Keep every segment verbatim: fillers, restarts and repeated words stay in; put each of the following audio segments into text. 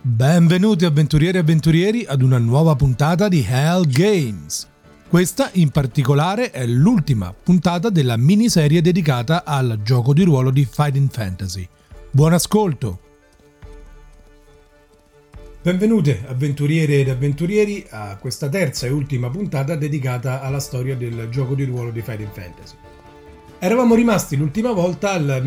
Benvenuti avventurieri e avventurieri ad una nuova puntata di Hell Games. Questa in particolare è l'ultima puntata della miniserie dedicata al gioco di ruolo di Fighting Fantasy. Buon ascolto! Benvenute avventuriere ed avventurieri a questa terza e ultima puntata dedicata alla storia del gioco di ruolo di Fighting Fantasy. Eravamo rimasti l'ultima volta al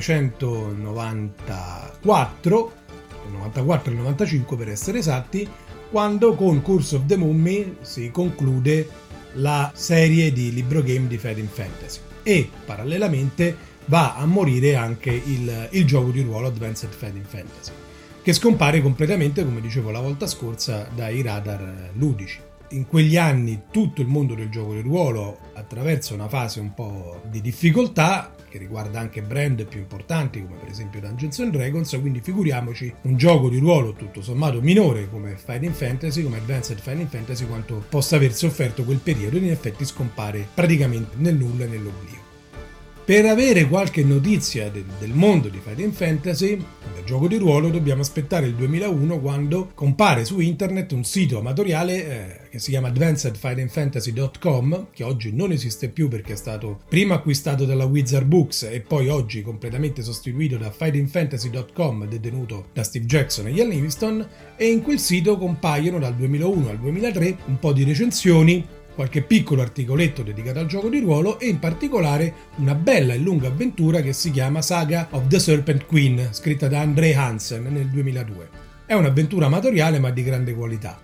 millenovecentonovantaquattro, novantaquattro e novantacinque per essere esatti, quando con Curse of the Mummy si conclude la serie di libro game di Fighting Fantasy e parallelamente va a morire anche il, il gioco di ruolo Advanced Fighting Fantasy, che scompare completamente, come dicevo la volta scorsa, dai radar ludici. In quegli anni tutto il mondo del gioco di ruolo attraversa una fase un po' di difficoltà che riguarda anche brand più importanti come per esempio Dungeons and Dragons, quindi figuriamoci un gioco di ruolo tutto sommato minore come Fighting Fantasy, come Advanced Fighting Fantasy, quanto possa aver sofferto quel periodo, e in effetti scompare praticamente nel nulla e nell'oblio. Per avere qualche notizia del, del mondo di Fighting Fantasy, del gioco di ruolo, dobbiamo aspettare il duemilauno, quando compare su internet un sito amatoriale eh, che si chiama advanced fighting fantasy dot com, che oggi non esiste più perché è stato prima acquistato dalla Wizard Books e poi oggi completamente sostituito da fighting fantasy dot com, detenuto da Steve Jackson e Ian Livingstone, e in quel sito compaiono dal duemilauno al duemilatré un po' di recensioni, qualche piccolo articoletto dedicato al gioco di ruolo e in particolare una bella e lunga avventura che si chiama Saga of the Serpent Queen, scritta da André Hansen nel duemiladue. È un'avventura amatoriale ma di grande qualità.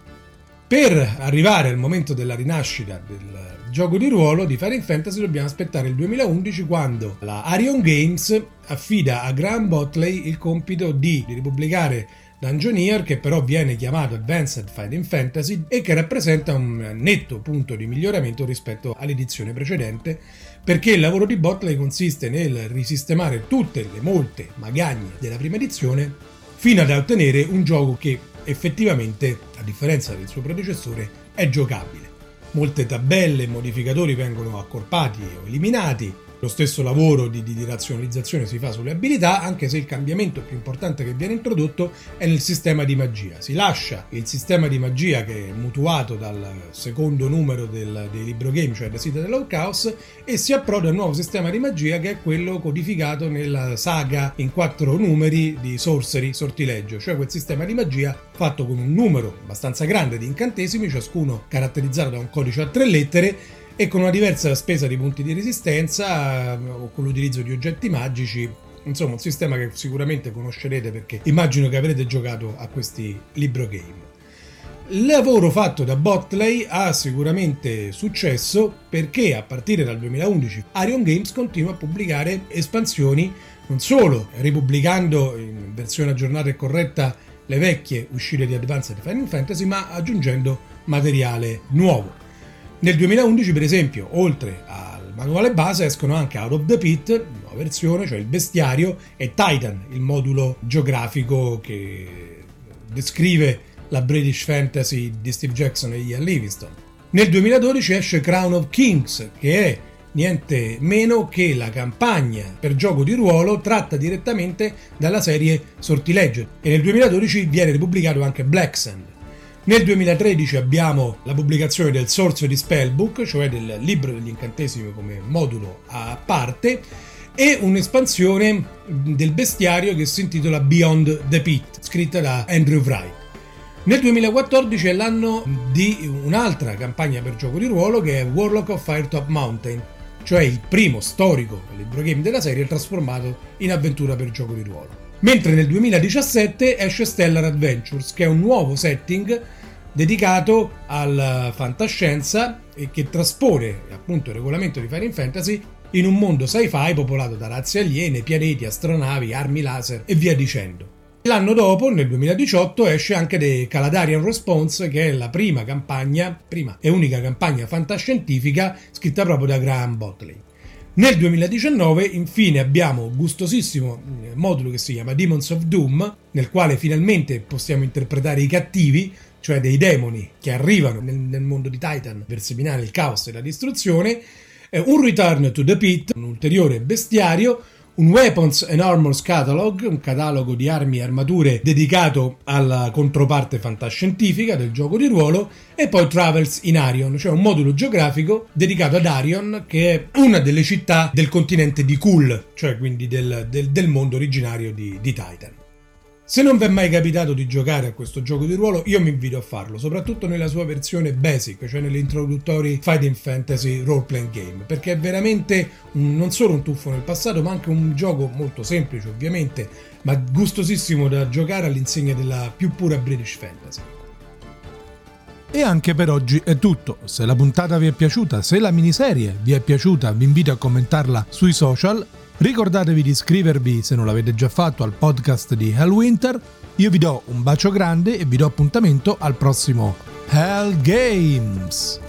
Per arrivare al momento della rinascita del gioco di ruolo di Fighting Fantasy dobbiamo aspettare il duemilaundici, quando la Arion Games affida a Graham Botley il compito di, di ripubblicare Dungeoneer, che però viene chiamato Advanced Fighting Fantasy e che rappresenta un netto punto di miglioramento rispetto all'edizione precedente, perché il lavoro di Botley consiste nel risistemare tutte le molte magagne della prima edizione fino ad ottenere un gioco che effettivamente, a differenza del suo predecessore, è giocabile. Molte tabelle e modificatori vengono accorpati o eliminati. Lo stesso lavoro di, di, di razionalizzazione si fa sulle abilità, anche se il cambiamento più importante che viene introdotto è nel sistema di magia. Si lascia il sistema di magia che è mutuato dal secondo numero del, dei libro game, cioè The Citadel of Chaos, e si approda al nuovo sistema di magia che è quello codificato nella saga in quattro numeri di Sorcery, Sortileggio, cioè quel sistema di magia fatto con un numero abbastanza grande di incantesimi, ciascuno caratterizzato da un codice a tre lettere, e con una diversa spesa di punti di resistenza o con l'utilizzo di oggetti magici. Insomma, un sistema che sicuramente conoscerete perché immagino che avrete giocato a questi libro game. Il lavoro fatto da Botley ha sicuramente successo perché a partire dal duemilaundici Arion Games continua a pubblicare espansioni, non solo ripubblicando in versione aggiornata e corretta le vecchie uscite di Advanced Fighting Fantasy, ma aggiungendo materiale nuovo. Nel duemilaundici, per esempio, oltre al manuale base, escono anche Out of the Pit, nuova versione, cioè il bestiario, e Titan, il modulo geografico che descrive la British Fantasy di Steve Jackson e Ian Livingstone. Nel duemiladodici esce Crown of Kings, che è niente meno che la campagna per gioco di ruolo tratta direttamente dalla serie Sortileggio, e nel duemiladodici viene ripubblicato anche Black Sand. Nel duemilatredici abbiamo la pubblicazione del Sorcery Spellbook, cioè del libro degli incantesimi come modulo a parte, e un'espansione del bestiario che si intitola Beyond the Pit, scritta da Andrew Wright. Nel duemilaquattordici è l'anno di un'altra campagna per gioco di ruolo che è Warlock of Firetop Mountain, cioè il primo storico libro game della serie trasformato in avventura per gioco di ruolo. Mentre nel duemiladiciassette esce Stellar Adventures, che è un nuovo setting dedicato alla fantascienza e che traspone appunto il regolamento di Fighting Fantasy in un mondo sci-fi popolato da razze aliene, pianeti, astronavi, armi laser e via dicendo. L'anno dopo, nel duemiladiciotto, esce anche The Caladarian Response, che è la prima campagna, prima e unica campagna fantascientifica scritta proprio da Graham Botley. Nel duemiladiciannove infine abbiamo un gustosissimo modulo che si chiama Demons of Doom, nel quale finalmente possiamo interpretare i cattivi, cioè dei demoni che arrivano nel, nel mondo di Titan per seminare il caos e la distruzione, eh, un Return to the Pit, un ulteriore bestiario, un Weapons and Armors Catalog, un catalogo di armi e armature dedicato alla controparte fantascientifica del gioco di ruolo, e poi Travels in Arion, cioè un modulo geografico dedicato ad Arion, che è una delle città del continente di Kul, cioè quindi del, del, del mondo originario di, di Titan. Se non vi è mai capitato di giocare a questo gioco di ruolo, io mi invito a farlo, soprattutto nella sua versione basic, cioè nelle introduttory Fighting Fantasy Role Playing Game, perché è veramente un, non solo un tuffo nel passato, ma anche un gioco molto semplice ovviamente, ma gustosissimo da giocare all'insegna della più pura British Fantasy. E anche per oggi è tutto. Se la puntata vi è piaciuta, se la miniserie vi è piaciuta, vi invito a commentarla sui social. Ricordatevi di iscrivervi, se non l'avete già fatto, al podcast di Hellwinter. Io vi do un bacio grande e vi do appuntamento al prossimo Hell Games!